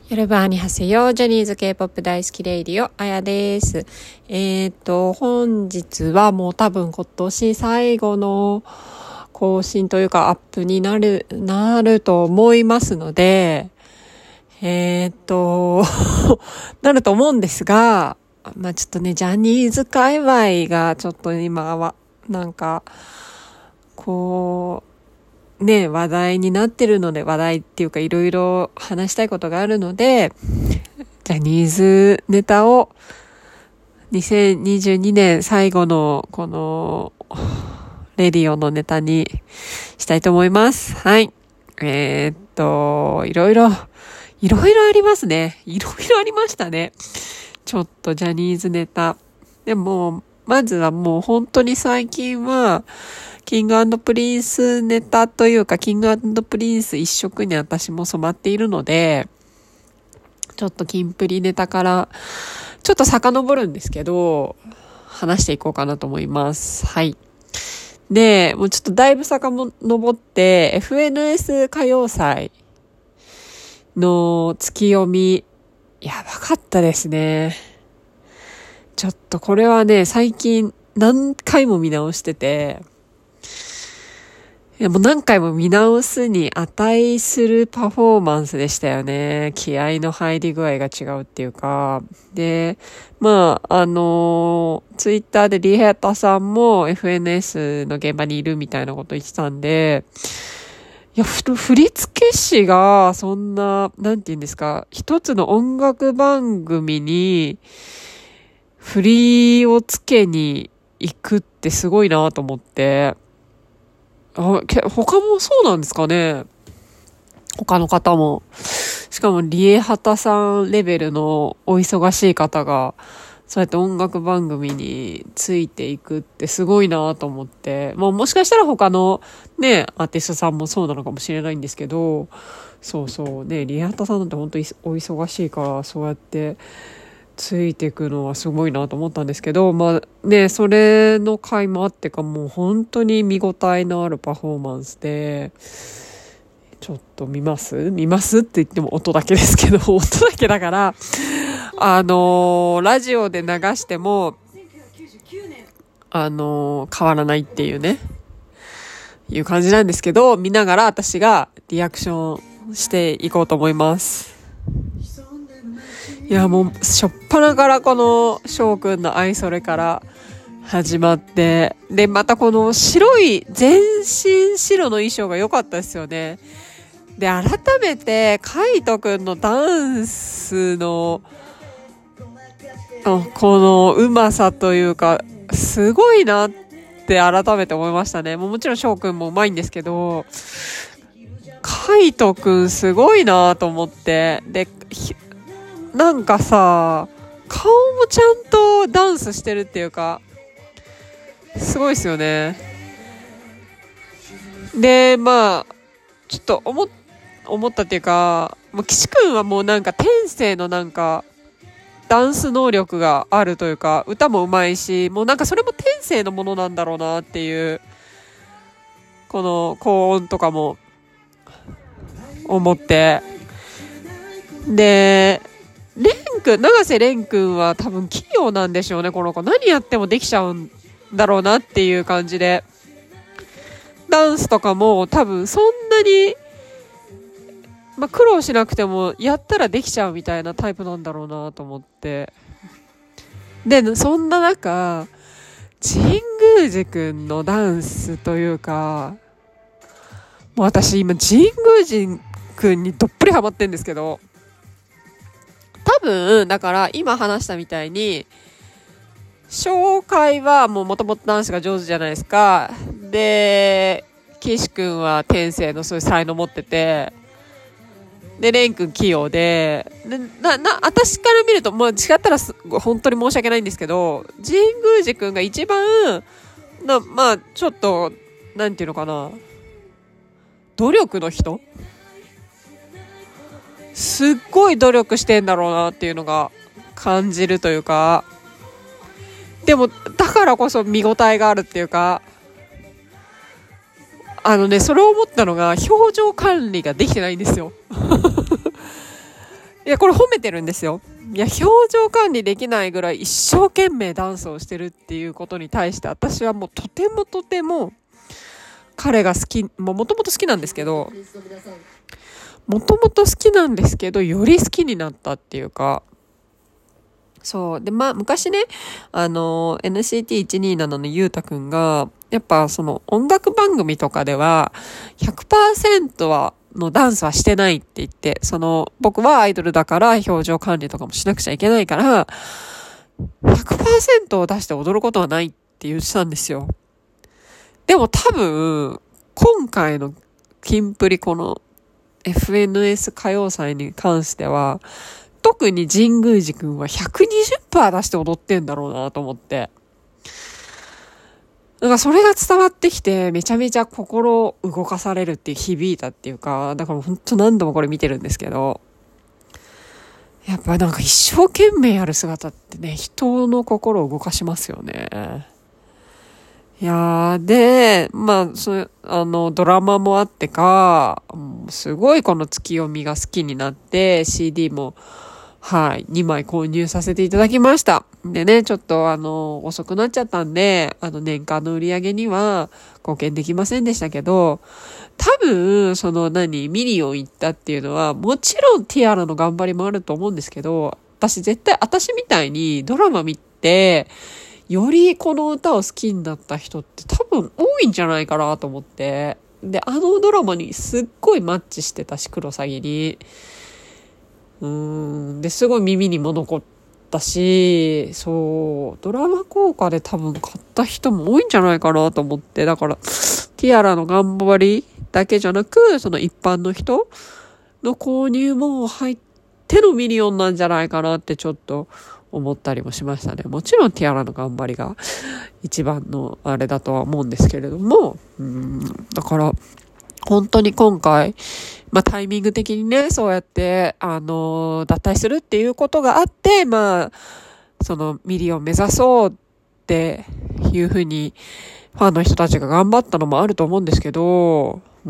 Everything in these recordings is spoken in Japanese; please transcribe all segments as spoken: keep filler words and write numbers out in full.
ヨルバーにハセヨジャニーズ K-ポップ 大好きレイディオあやです。えっと本日はもう多分今年最後の更新というかアップになるなると思いますので、えっとなると思うんですが、まあちょっとねジャニーズ界隈がちょっと今はなんかこう。ね、話題になってるので、話題っていうかいろいろ話したいことがあるので、ジャニーズネタをにせんにじゅうにねん最後のこのレディオのネタにしたいと思います。はい。えー、っと、いろいろ、いろいろありますね。いろいろありましたね。ちょっとジャニーズネタ。でも、まずはもう本当に最近は、キング&プリンスネタというか、キング&プリンス一色に私も染まっているので、ちょっとキンプリネタからちょっと遡るんですけど、話していこうかなと思います。はい。で、もうちょっとだいぶ遡って、エフエヌエス 歌謡祭の月読み、やばかったですね。ちょっとこれはね、最近何回も見直してて、いやもう何回も見直すに値するパフォーマンスでしたよね。気合の入り具合が違うっていうか。で、まあ、あのー、ツイッターでリヘタさんも エフエヌエス の現場にいるみたいなこと言ってたんで、いや、ふ振付師がそんな、なんて言うんですか、一つの音楽番組に振りをつけに行くってすごいなと思って、あ、け、他もそうなんですかね。他の方も。しかも、リエハタさんレベルのお忙しい方が、そうやって音楽番組についていくってすごいなと思って。まあもしかしたら他のね、アーティストさんもそうなのかもしれないんですけど、そうそうね、リエハタさんなんて本当にお忙しいから、そうやって、ついていくのはすごいなと思ったんですけど、まあね、それの回もあってかもう本当に見応えのあるパフォーマンスで、ちょっと見ます見ますって言っても音だけですけど、音だけだから、あのー、ラジオで流しても、あのー、変わらないっていうね、いう感じなんですけど、見ながら私がリアクションしていこうと思います。いやもうしょっぱなからこの翔くんの愛それから始まって、でまたこの白い全身白の衣装が良かったですよね。で改めてカイトくんのダンスのこのうまさというかすごいなって改めて思いましたね。もうもちろん翔くんもうまいんですけど、カイトくんすごいなと思って、でなんかさ、顔もちゃんとダンスしてるっていうか、すごいですよね。で、まあ、ちょっと思、思ったっていうか、もう岸くんはもうなんか天性のなんか、ダンス能力があるというか、歌も上手いし、もうなんかそれも天性のものなんだろうなっていう、この高音とかも思って。で、レン君、永瀬廉君は多分器用なんでしょうね、この子。何やってもできちゃうんだろうなっていう感じで。ダンスとかも多分そんなに、まあ、苦労しなくてもやったらできちゃうみたいなタイプなんだろうなと思って。で、そんな中、神宮寺君のダンスというか、もう私今神宮寺君にどっぷりハマってんですけど、多分、だから今話したみたいに、紹介はもう元々ダンスが上手じゃないですか。で、岸くんは天性のそういう才能持ってて、で、レンくん器用で、でな、な、私から見ると、まあ違ったら本当に申し訳ないんですけど、神宮寺くんが一番、な、まあちょっと、なんていうのかな、努力の人すっごい努力してんだろうなっていうのが感じるというか、でもだからこそ見応えがあるっていうか、あのね、それを思ったのが表情管理ができてないんですよいや、これ褒めてるんですよ。いや、表情管理できないぐらい一生懸命ダンスをしてるっていうことに対して私はもうとてもとても彼が好き、もともと好きなんですけど、もともと好きなんですけど、より好きになったっていうか、そう。で、まあ、昔ね、あの、エヌシーティーいちにーなな のゆうたくんが、やっぱその音楽番組とかでは、ひゃくパーセント は、のダンスはしてないって言って、その、僕はアイドルだから表情管理とかもしなくちゃいけないから、ひゃくパーセント を出して踊ることはないって言ってたんですよ。でも多分、今回のキンプリこの エフエヌエス 歌謡祭に関しては、特に神宮寺くんは ひゃくにじゅっパーセント 出して踊ってんだろうなと思って。なんかそれが伝わってきて、めちゃめちゃ心動かされるっていう響いたっていうか、だから本当何度もこれ見てるんですけど、やっぱなんか一生懸命やる姿ってね、人の心を動かしますよね。いやー、で、まあ、そう、あの、ドラマもあってか、すごいこの月読みが好きになって、シーディー も、はい、にまい購入させていただきました。でね、ちょっとあの、遅くなっちゃったんで、あの、年間の売り上げには貢献できませんでしたけど、多分、その何、ミリオン行ったっていうのは、もちろんティアラの頑張りもあると思うんですけど、私絶対、私みたいにドラマ見て、よりこの歌を好きになった人って多分多いんじゃないかなと思って。で、あのドラマにすっごいマッチしてたし、クロサギに。うーん。で、すごい耳にも残ったし、そう、ドラマ効果で多分買った人も多いんじゃないかなと思って。だから、ティアラの頑張りだけじゃなく、その一般の人の購入も入ってのミリオンなんじゃないかなってちょっと思ったりもしましたね。もちろんティアラの頑張りが一番のあれだとは思うんですけれども、うん、だから、本当に今回、まあタイミング的にね、そうやって、あの、脱退するっていうことがあって、まあ、そのミリオン目指そうっていうふうに、ファンの人たちが頑張ったのもあると思うんですけど、うん、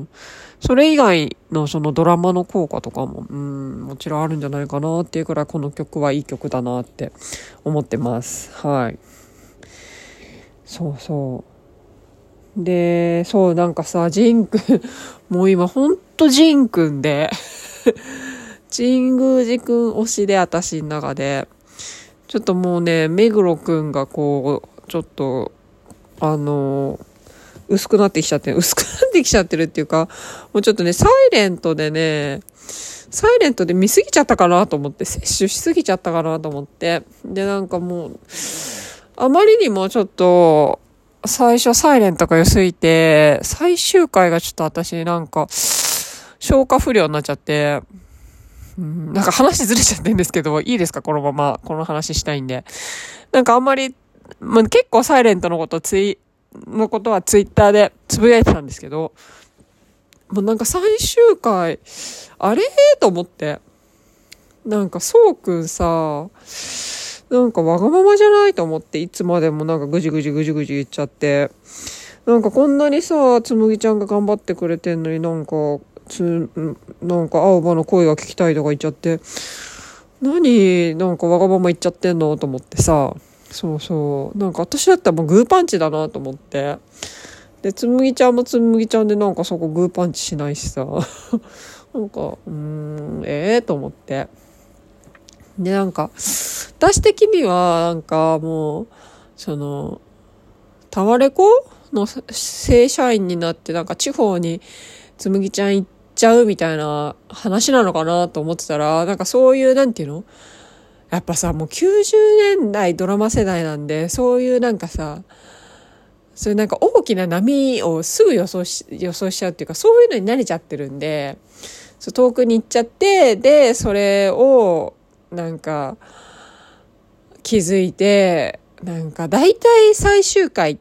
それ以外のそのドラマの効果とかも、うん、もちろんあるんじゃないかなっていうくらいこの曲はいい曲だなって思ってます。はい。そうそう。で、そう、なんかさ、ジンくん、もう今ほんとジンくんで、神宮寺くん推しで私の中で、ちょっともうね、目黒くんがこう、ちょっと、あの、薄くなってきちゃって、薄くなってきちゃってるっていうか、もうちょっとね、サイレントでね、サイレントで見すぎちゃったかなと思って、摂取しすぎちゃったかなと思って。で、なんかもう、あまりにもちょっと、最初サイレントが良すぎて、最終回がちょっと私なんか、消化不良になっちゃって、うん、なんか話ずれちゃってるんですけど、いいですかこのまま、この話したいんで。なんかあんまり、まあ、結構サイレントのことツイ、のことはツイッターでつぶやいてたんですけど、もうなんか最終回、あれと思って。なんかそうくんさ、なんかわがままじゃないと思って、いつまでもなんかぐじぐじぐじぐじ言っちゃって。なんかこんなにさ、つむぎちゃんが頑張ってくれてんのになんか、つ、なんか青葉の声が聞きたいとか言っちゃって、何、なんかわがまま言っちゃってんのと思ってさ、そうそう。なんか私だったらもうグーパンチだなと思って。で、つむぎちゃんもつむぎちゃんでなんかそこグーパンチしないしさ。なんか、うーん、ええー、と思って。で、なんか、私的には、なんかもう、その、タワレコの正社員になって、なんか地方につむぎちゃん行っちゃうみたいな話なのかなと思ってたら、なんかそういう、なんていうの？やっぱさ、もうきゅうじゅうねんだいドラマ世代なんで、そういうなんかさ、そういうなんか大きな波をすぐ予想し、予想しちゃうっていうか、そういうのに慣れちゃってるんで、そう遠くに行っちゃって、で、それを、なんか、気づいて、なんか大体最終回って、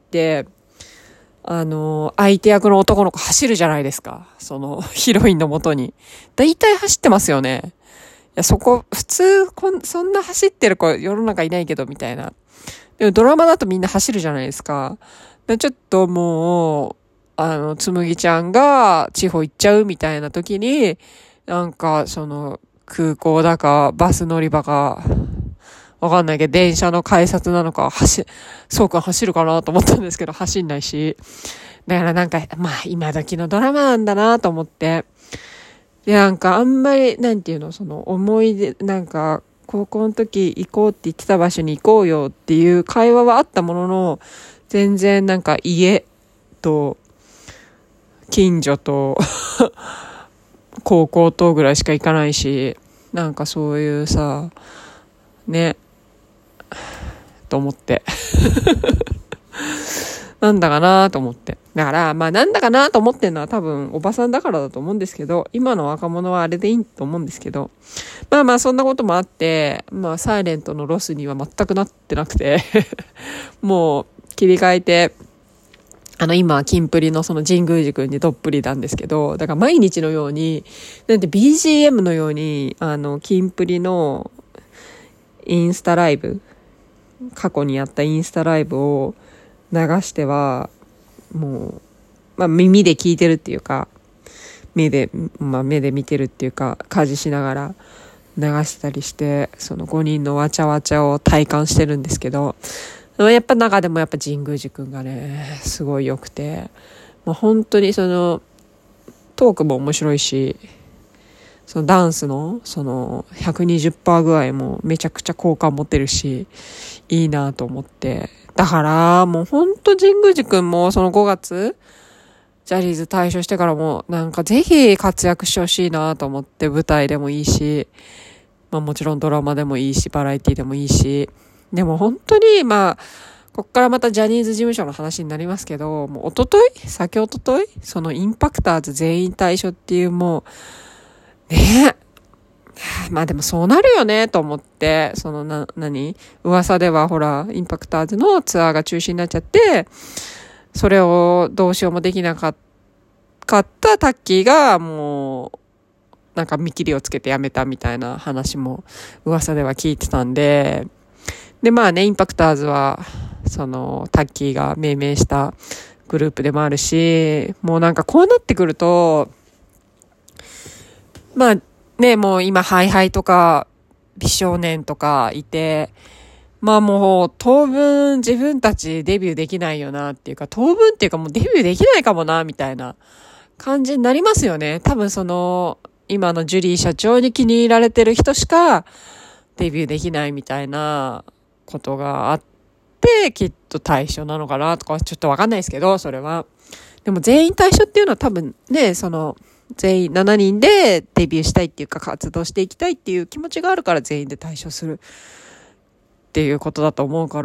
あの、相手役の男の子走るじゃないですか。その、ヒロインの元に。大体走ってますよね。いや、そこ、普通こん、そんな走ってる子世の中いないけど、みたいな。でもドラマだとみんな走るじゃないですか。でちょっともう、あの、つむぎちゃんが地方行っちゃうみたいな時に、なんか、その、 空港だか、バス乗り場か、わかんないけど、電車の改札なのか、走、そうか走るかなと思ったんですけど、走んないし。だからなんか、まあ、今時のドラマなんだなと思って。で、なんかあんまり、なんていうの、その思い出、なんか、高校の時行こうって言ってた場所に行こうよっていう会話はあったものの、全然なんか家と、近所と、高校とぐらいしか行かないし、なんかそういうさ、ね、と思って。なんだかなと思って。だから、まあなんだかなと思ってるのは多分おばさんだからだと思うんですけど、今の若者はあれでいいと思うんですけど、まあまあそんなこともあって、まあサイレントのロスには全くなってなくて、もう切り替えて、あの今、キンプリのその神宮寺くんにどっぷりなんですけど、だから毎日のように、なんて ビージーエム のように、あの、キンプリのインスタライブ、過去にやったインスタライブを流しては、もう、まあ耳で聞いてるっていうか、目で、まあ目で見てるっていうか、家事しながら流したりして、そのごにんのわちゃわちゃを体感してるんですけど、やっぱ中でもやっぱ神宮寺くんがね、すごい良くて、もう本当にその、トークも面白いし、そのダンスのその ひゃくにじゅっパーセント 具合もめちゃくちゃ好感持ってるし、いいなと思って。だからもう本当神宮寺くんもそのごがつ、ジャニーズ退所してからもなんかぜひ活躍してほしいなと思って、舞台でもいいし、まあもちろんドラマでもいいし、バラエティでもいいし、でも本当に、まあ、こっからまたジャニーズ事務所の話になりますけど、もう一昨日先一昨日そのインパクターズ全員退所っていうもう、ねえ。まあでもそうなるよね、と思って、そのな、何噂ではほら、インパクターズのツアーが中止になっちゃって、それをどうしようもできなかったタッキーがもう、なんか見切りをつけてやめたみたいな話も噂では聞いてたんで、で、まあね、インパクターズは、その、タッキーが命名したグループでもあるし、もうなんかこうなってくると、まあね、もう今、ハイハイとか、美少年とかいて、まあもう、当分自分たちデビューできないよなっていうか、当分っていうかもうデビューできないかもな、みたいな感じになりますよね。多分その、今のジュリー社長に気に入られてる人しか、デビューできないみたいな、ことがあって、きっと対象なのかなとか、ちょっとわかんないですけど、それは。でも全員対象っていうのは多分ね、その、全員しちにんでデビューしたいっていうか、活動していきたいっていう気持ちがあるから全員で対象するっていうことだと思うから、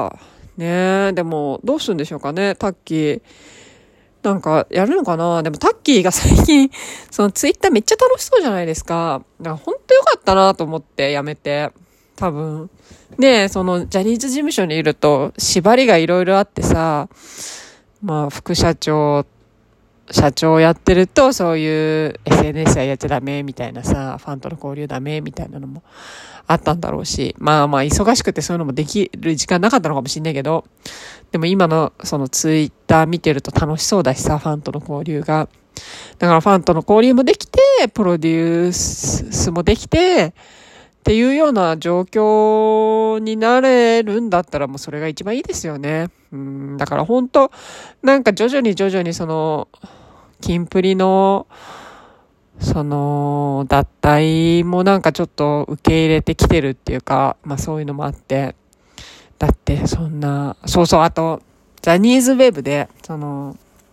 ねえ、でもどうするんでしょうかね、タッキー。なんかやるのかな。でもタッキーが最近、そのツイッターめっちゃ楽しそうじゃないですか。だから本当よかったなと思ってやめて。多分。ね、そのジャニーズ事務所にいると縛りがいろいろあってさ、まあ副社長、社長やってるとそういう エスエヌエス はやっちゃダメみたいなさ、ファンとの交流ダメみたいなのもあったんだろうし、まあまあ忙しくてそういうのもできる時間なかったのかもしんないけど、でも今のそのツイッター見てると楽しそうだしさ、ファンとの交流が。だからファンとの交流もできて、プロデュースもできて、っていうような状況になれるんだったらもうそれが一番いいですよね。うん、だから本当なんか徐々に徐々にその、キンプリの、その、脱退もなんかちょっと受け入れてきてるっていうか、まあそういうのもあって、だってそんな、そうそう、あと、ジャニーズウェブで、その、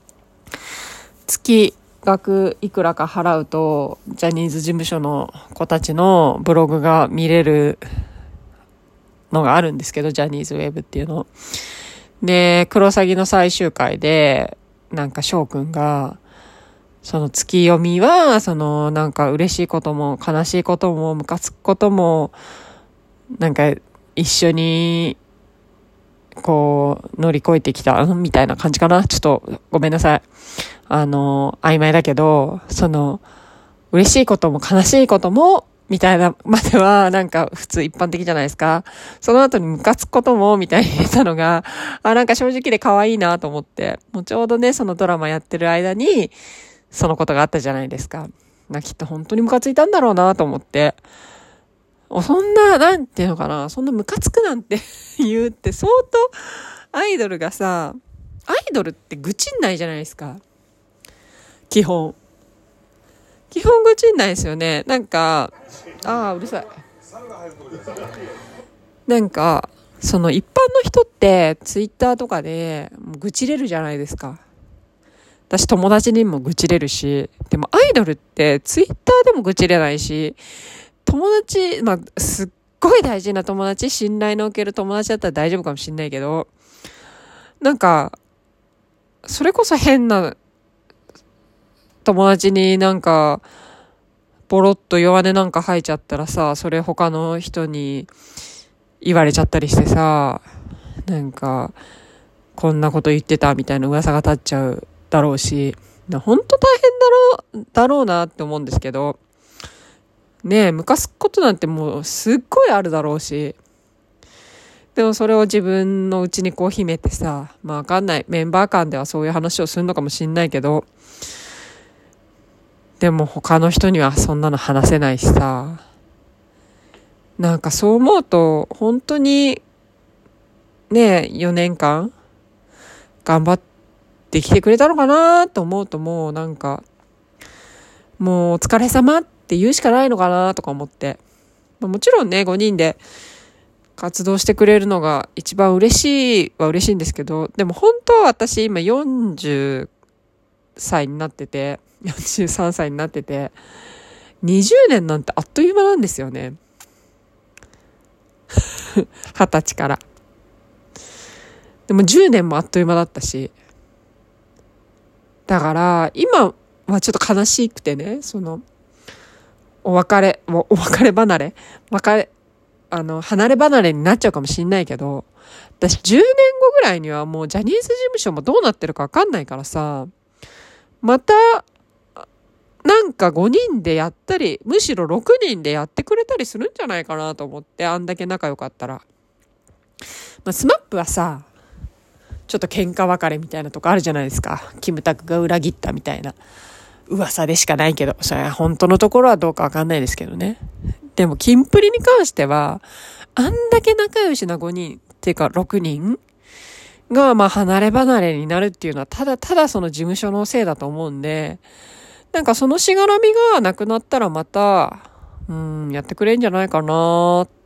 月、額いくらか払うとジャニーズ事務所の子たちのブログが見れるのがあるんですけど、ジャニーズウェブっていうので、クロサギの最終回でなんか翔くんがその月読みはそのなんか嬉しいことも悲しいこともムカつくこともなんか一緒にこう乗り越えてきたみたいな感じかな。ちょっとごめんなさい。あの、曖昧だけど、その、嬉しいことも悲しいことも、みたいなまでは、なんか普通一般的じゃないですか。その後にムカつくことも、みたいに言ったのが、あ、なんか正直で可愛いなと思って、もうちょうどね、そのドラマやってる間に、そのことがあったじゃないですか。 なきっと本当にムカついたんだろうなと思って。そんな、なんていうのかな、そんなムカつくなんて言うって相当アイドルがさ、アイドルって愚痴んないじゃないですか。基本。基本愚痴んないですよね。なんか、ああ、うるさい。なんか、その一般の人ってツイッターとかで愚痴れるじゃないですか。私友達にも愚痴れるし、でもアイドルってツイッターでも愚痴れないし、友達、まあ、すっごい大事な友達、信頼のおける友達だったら大丈夫かもしんないけど、なんか、それこそ変な友達になんか、ボロッと弱音なんか吐いちゃったらさ、それ他の人に言われちゃったりしてさ、なんか、こんなこと言ってたみたいな噂が立っちゃうだろうし、ほんと大変だろう、だろうなって思うんですけど、ねえ、ムカつくことなんてもうすっごいあるだろうし、でもそれを自分のうちにこう秘めてさ、まあわかんない。メンバー間ではそういう話をするのかもしんないけど、でも他の人にはそんなの話せないしさ、なんかそう思うと本当にねえ、よねんかん頑張ってきてくれたのかなと思うと、もうなんか、もうお疲れ様って言うしかないのかなとか思って。もちろんね、ごにんで活動してくれるのが一番嬉しいは嬉しいんですけど、でも本当は私今よんじゅっさいになってて、よんじゅうさんさいになってて、にじゅうねんなんてあっという間なんですよね。はたちから。でもじゅうねんもあっという間だったし。だから、今はちょっと悲しくてね、その、お別れ、お別れ離れ別れ、あの、離れ離れになっちゃうかもしんないけど、私じゅうねんごぐらいにはもうジャニーズ事務所もどうなってるかわかんないからさ、また、なんかごにんでやったり、むしろろくにんでやってくれたりするんじゃないかなと思って、あんだけ仲良かったら。まあ、スマップはさ、ちょっと喧嘩別れみたいなとこあるじゃないですか。キムタクが裏切ったみたいな噂でしかないけど、それは本当のところはどうかわかんないですけどね。でもキンプリに関しては、あんだけ仲良しなごにんっていうかろくにんがまあ離れ離れになるっていうのはただただその事務所のせいだと思うんで、なんかそのしがらみがなくなったらまた、うーん、やってくれんじゃないかなって、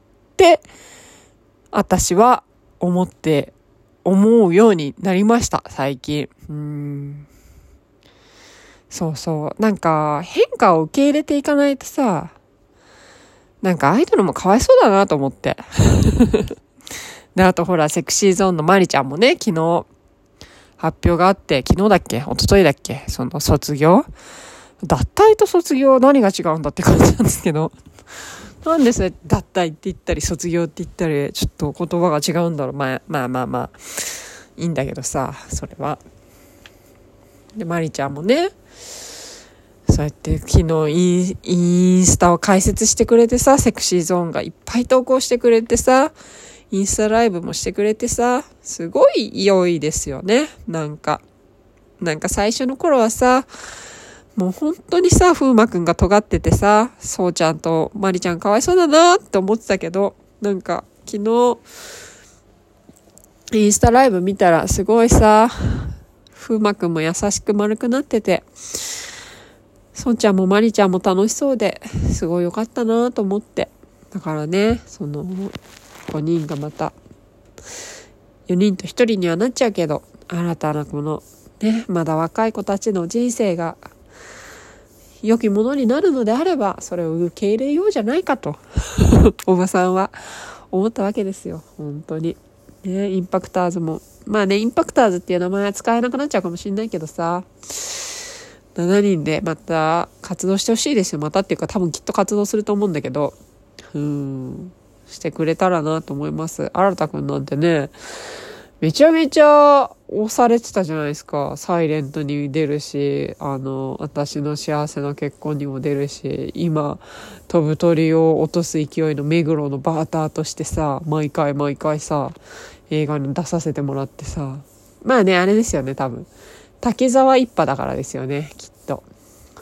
私は思って、思うようになりました、最近。うーん。そうそう。なんか、変化を受け入れていかないとさ、なんかアイドルもかわいそうだなと思って。で、あとほら、セクシーゾーンのマリちゃんもね、昨日、発表があって、昨日だっけ一昨日だっけその卒業脱退と卒業何が違うんだって感じなんですけど。なんでそれ脱退って言ったり卒業って言ったり、ちょっと言葉が違うんだろう。まあまあまあまあ、いいんだけどさ、それは。で、マリちゃんもね、そうやって昨日イン、インスタを開設してくれてさ、セクシーゾーンがいっぱい投稿してくれてさ、インスタライブもしてくれてさ、すごい良いですよね。なんか、なんか最初の頃はさ、もう本当にさ、風磨くんが尖っててさ、そうちゃんとまりちゃんかわいそうだなって思ってたけど、なんか昨日、インスタライブ見たらすごいさ、風磨くんも優しく丸くなってて、そうちゃんもまりちゃんも楽しそうで、すごい良かったなと思って。だからね、その、ごにんがまた、よにんとひとりにはなっちゃうけど、新たなこの、ね、まだ若い子たちの人生が、良きものになるのであれば、それを受け入れようじゃないかと、おばさんは思ったわけですよ。本当に。ね、インパクターズも。まあね、インパクターズっていう名前は使えなくなっちゃうかもしれないけどさ、しちにんでまた活動してほしいですよ。またっていうか多分きっと活動すると思うんだけど、うーん、してくれたらなと思います。新田くんなんてね、めちゃめちゃ押されてたじゃないですか。サイレントに出るし、あの、私の幸せな結婚にも出るし、今、飛ぶ鳥を落とす勢いの目黒のバーターとしてさ、毎回毎回さ、映画に出させてもらってさ。まあね、あれですよね、多分。滝沢一派だからですよね、きっと。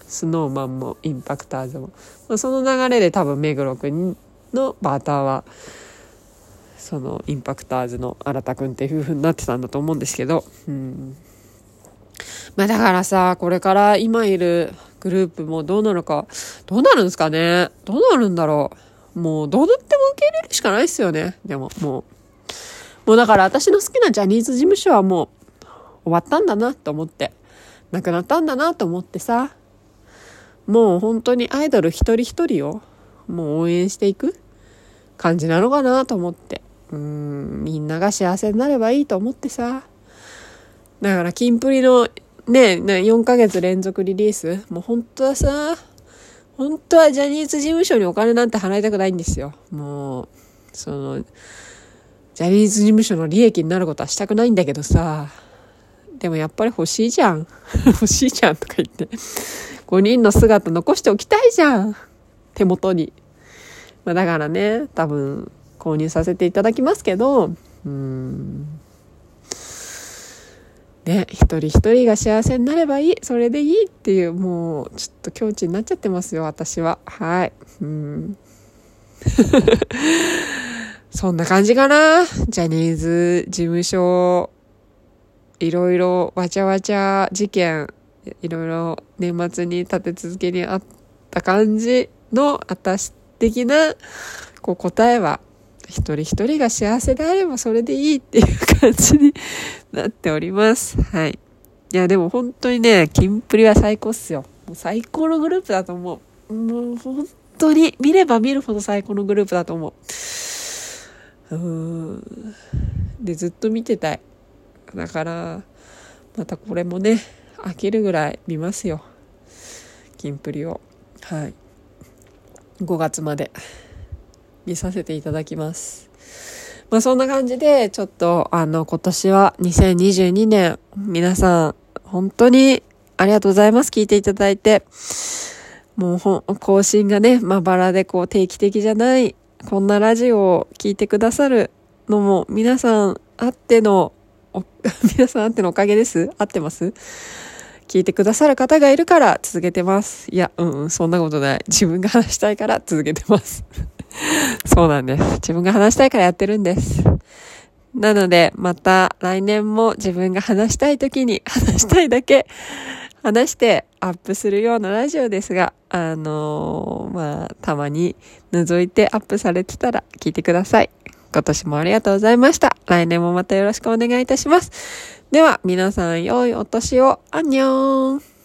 スノーマンもインパクターズも、まあ、その流れで多分目黒くんのバーターはそのインパクターズの新田くんっていう風になってたんだと思うんですけど、うんまあだからさ、これから今いるグループもどうなるか、どうなるんですかね。どうなるんだろう。もうどうなっても受け入れるしかないですよね。でももう、もうだから私の好きなジャニーズ事務所はもう終わったんだなと思って、なくなったんだなと思ってさ、もう本当にアイドル一人一人をもう応援していく感じなのかなと思って、うーん、みんなが幸せになればいいと思ってさ、だからキンプリのねえ、よんかげつ連続リリース、もう本当はさ、本当はジャニーズ事務所にお金なんて払いたくないんですよ。もう、その、ジャニーズ事務所の利益になることはしたくないんだけどさ、でもやっぱり欲しいじゃん。欲しいじゃんとか言って。ごにんの姿残しておきたいじゃん。手元に。まあだからね、多分購入させていただきますけど、うーん。ね、一人一人が幸せになればいい、それでいいっていう、もうちょっと境地になっちゃってますよ、私は。はい。うん。そんな感じかな。ジャニーズ事務所、いろいろわちゃわちゃ事件、いろいろ年末に立て続けにあった感じの私的なこう答えは、一人一人が幸せであればそれでいいっていう感じになっております。はい。いやでも本当にね、キンプリは最高っすよ。もう最高のグループだと思う。もう本当に見れば見るほど最高のグループだと思う。うーん。でずっと見てたい。だからまたこれもね、飽きるぐらい見ますよ。キンプリを。はい。ごがつまで。見させていただきます。まあそんな感じでちょっとあの今年はにせんにじゅうにねん皆さん本当にありがとうございます。聞いていただいて、もうほ更新がねまばらでこう定期的じゃないこんなラジオを聞いてくださるのも皆さんあっての皆さんあってのおかげです。合ってます？聞いてくださる方がいるから続けてます。いや、うん、うん、そんなことない。自分が話したいから続けてます。そうなんです。自分が話したいからやってるんです。なので、また来年も自分が話したい時に話したいだけ話してアップするようなラジオですが、あのー、まあ、たまに覗いてアップされてたら聞いてください。今年もありがとうございました。来年もまたよろしくお願いいたします。では、皆さん良いお年を。アンニョーン。